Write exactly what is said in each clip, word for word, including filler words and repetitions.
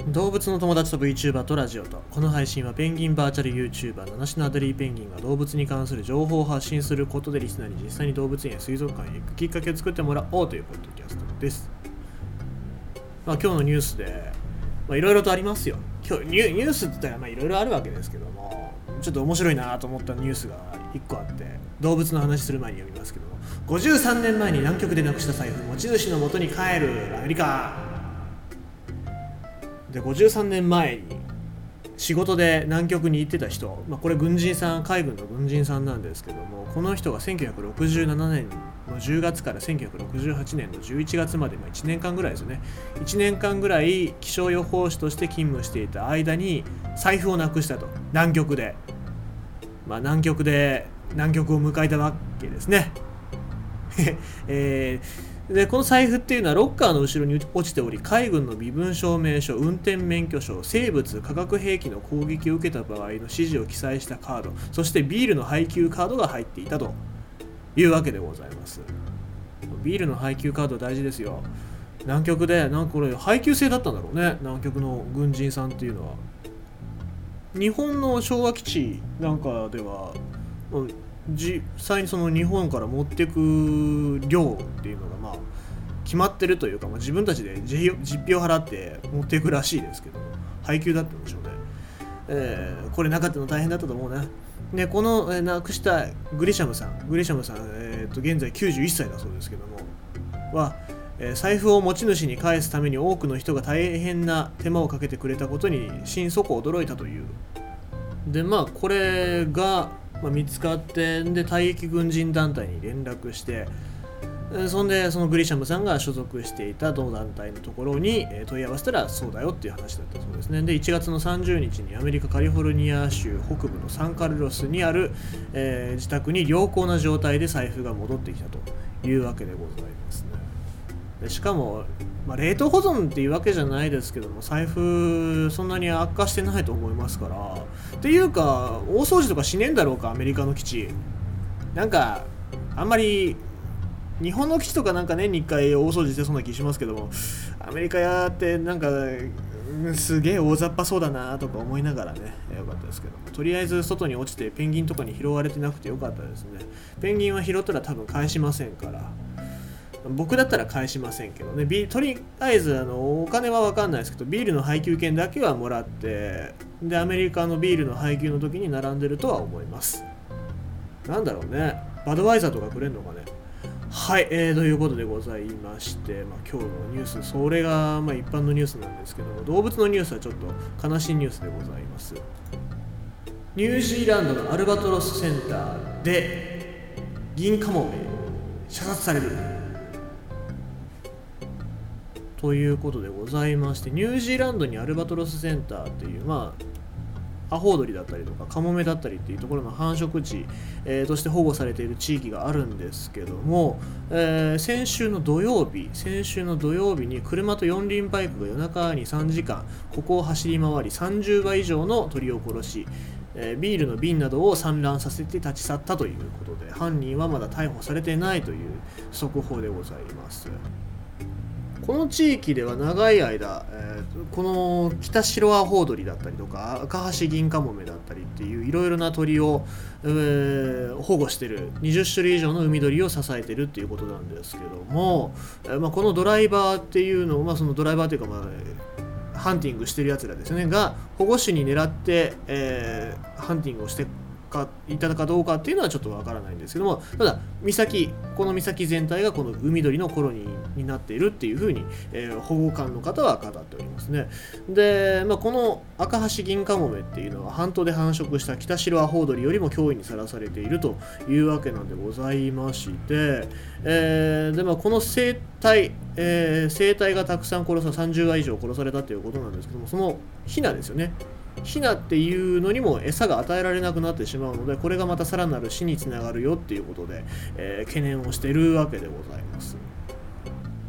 動物の友達と VTuber とラジオと。この配信はペンギンバーチャル YouTuber 七種のアデリーペンギンが動物に関する情報を発信することでリスナーに実際に動物園や水族館へ行くきっかけを作ってもらおうというポッドキャストです。まあ、今日のニュースでいろいろとありますよ。今日ニュニュースって言ったらいろいろあるわけですけども、ちょっと面白いなと思ったニュースがいっこあって、動物の話する前に読みますけども、ごじゅうさんねんまえに南極でなくした財布、持ち主の元に帰るアメリカで、ごじゅうさんねんまえに仕事で南極に行ってた人、まあ、これ軍人さん、海軍の軍人さんなんですけども、この人がせんきゅうひゃくろくじゅうななねんのじゅうがつからせんきゅうひゃくろくじゅうはちねんのじゅういちがつまで、まあ、いちねんかんぐらいですよね。いちねんかんぐらい気象予報士として勤務していた間に財布をなくしたと。南極で、まあ、南極で南極を迎えたわけですね。えーでこの財布っていうのはロッカーの後ろに落ちており、海軍の身分証明書、運転免許証、生物化学兵器の攻撃を受けた場合の指示を記載したカード、そしてビールの配給カードが入っていたというわけでございます。ビールの配給カード大事ですよ。南極でなんかこれ配給制だったんだろうね、南極の軍人さんっていうのは。日本の昭和基地なんかでは実際にその日本から持ってく量っていうのがまあ決まってるというか、まあ、自分たちで実費を払って持っていくらしいですけど、配給だったんでしょうね。えー、これなかったの大変だったと思うね。でこの、えー、亡くしたグリシャムさんグリシャムさん、えー、と現在きゅうじゅういっさいだそうですけどもは、えー、財布を持ち主に返すために多くの人が大変な手間をかけてくれたことに心底驚いたという。でまあこれがまあ、見つかって、で退役軍人団体に連絡して、そんでそのグリシャムさんが所属していた同団体のところに問い合わせたらそうだよっていう話だったそうですね。でいちがつのさんじゅうにちにアメリカカリフォルニア州北部のサンカルロスにある、えー、自宅に良好な状態で財布が戻ってきたというわけでございますね。でしかも、まあ、冷凍保存っていうわけじゃないですけども、財布そんなに悪化してないと思いますから、っていうか大掃除とかしねえんだろうか、アメリカの基地。なんかあんまり日本の基地とかなんか年にいっかい大掃除してそうな気しますけども、アメリカやってなんかすげえ大雑把そうだなとか思いながらね、よかったですけども、とりあえず外に落ちてペンギンとかに拾われてなくてよかったですね。ペンギンは拾ったら多分返しませんから、僕だったら返しませんけどね。ビとりあえずあのお金は分かんないですけど、ビールの配給券だけはもらって、でアメリカのビールの配給の時に並んでるとは思います。なんだろうね、バドワイザーとかくれんのかね。はい、えー、ということでございまして、まあ、今日のニュース、それがまあ一般のニュースなんですけども、動物のニュースはちょっと悲しいニュースでございます。ニュージーランドのアルバトロスセンターでギンカモメ射殺されるということでございまして、ニュージーランドにアルバトロスセンターっていう、まあ、アホウドリだったりとかカモメだったりっていうところの繁殖地、えー、として保護されている地域があるんですけども、えー、先週の土曜日先週の土曜日に車と四輪バイクが夜中にさんじかんここを走り回り、さんじゅうばい以上の鳥を殺し、えー、ビールの瓶などを散乱させて立ち去ったということで、犯人はまだ逮捕されていないという速報でございます。この地域では長い間、えー、このキタシロアホウドリだったりとかアカハシギンカモメだったりっていういろいろな鳥を、えー、保護してるにじゅっしゅるい以上の海鳥を支えてるっていうことなんですけども、えーまあ、このドライバーっていうのを、まあ、そのドライバーというか、まあ、ハンティングしてるやつらですねが保護種に狙って、えー、ハンティングをしてかいたかどうかっていうのはちょっとわからないんですけども、ただ岬この岬全体がこの海鳥のコロニーになっているっていうふうに、えー、保護官の方は語っておりますね。で、まあ、このアカハシギンカモメっていうのは半島で繁殖したキタシロアホウドリよりも脅威にさらされているというわけなんでございまして、えーでまあ、この生態、えー、生態がたくさん殺ささんじゅうわ以上殺されたということなんですけども、そのヒナですよね。ヒナっていうのにも餌が与えられなくなってしまうので、これがまたさらなる死につながるよっていうことで、えー、懸念をしているわけでございます。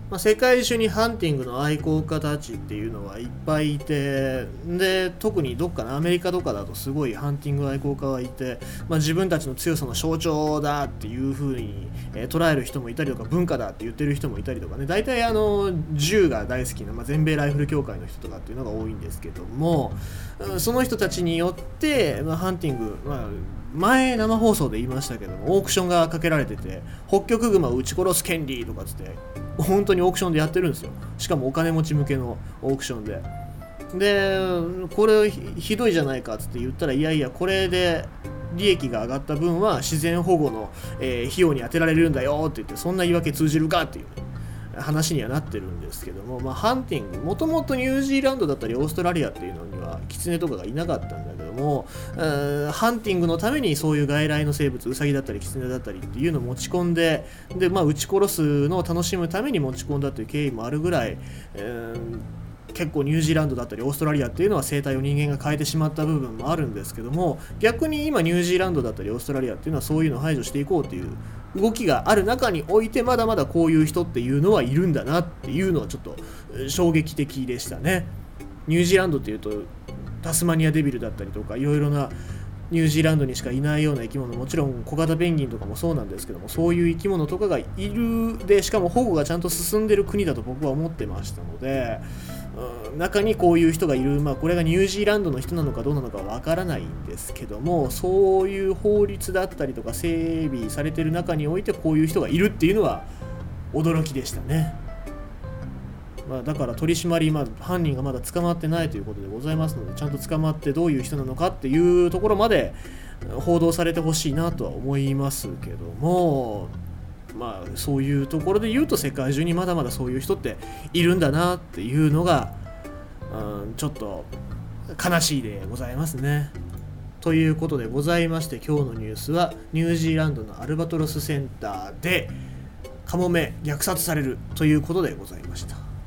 まあ、世界中にハンティングの愛好家たちっていうのはいっぱいいて、で特にどっかのアメリカとかだとすごいハンティング愛好家はいて、まあ、自分たちの強さの象徴だっていう風に、えー、捉える人もいたりとか、文化だって言ってる人もいたりとかね、大体あの銃が大好きな、まあ、全米ライフル協会の人とかっていうのが多いんですけども、その人たちによって、まあ、ハンティング、まあ前生放送で言いましたけども、オークションがかけられてて、ホッキョクグマを撃ち殺す権利とかつって本当にオークションでやってるんですよ。しかもお金持ち向けのオークションで、でこれひどいじゃないかつって言ったら、いやいやこれで利益が上がった分は自然保護の、えー、費用に充てられるんだよって言って、そんな言い訳通じるかっていう話にはなってるんですけども、まあ、ハンティング、もともとニュージーランドだったりオーストラリアっていうのにはキツネとかがいなかったんだけども、ハンティングのためにそういう外来の生物、ウサギだったりキツネだったりっていうのを持ち込んで、で、まあ、撃ち殺すのを楽しむために持ち込んだという経緯もあるぐらい、えー結構ニュージーランドだったりオーストラリアっていうのは生態を人間が変えてしまった部分もあるんですけども、逆に今ニュージーランドだったりオーストラリアっていうのはそういうのを排除していこうっていう動きがある中において、まだまだこういう人っていうのはいるんだなっていうのはちょっと衝撃的でしたね。ニュージーランドっていうとタスマニアデビルだったりとか、いろいろなニュージーランドにしかいないような生き物、もちろん小型ペンギンとかもそうなんですけども、そういう生き物とかがいる、でしかも保護がちゃんと進んでる国だと僕は思ってましたので、うん、中にこういう人がいる、まあこれがニュージーランドの人なのかどうなのかわからないんですけども、そういう法律だったりとか整備されてる中においてこういう人がいるっていうのは驚きでしたね。まあ、だから取り締まり、まあ、犯人がまだ捕まってないということでございますので、ちゃんと捕まってどういう人なのかっていうところまで報道されてほしいなとは思いますけども、まあそういうところで言うと世界中にまだまだそういう人っているんだなっていうのが、うん、ちょっと悲しいでございますね。ということでございまして、今日のニュースはニュージーランドのアルバトロスセンターでカモメ虐殺されるということでございました。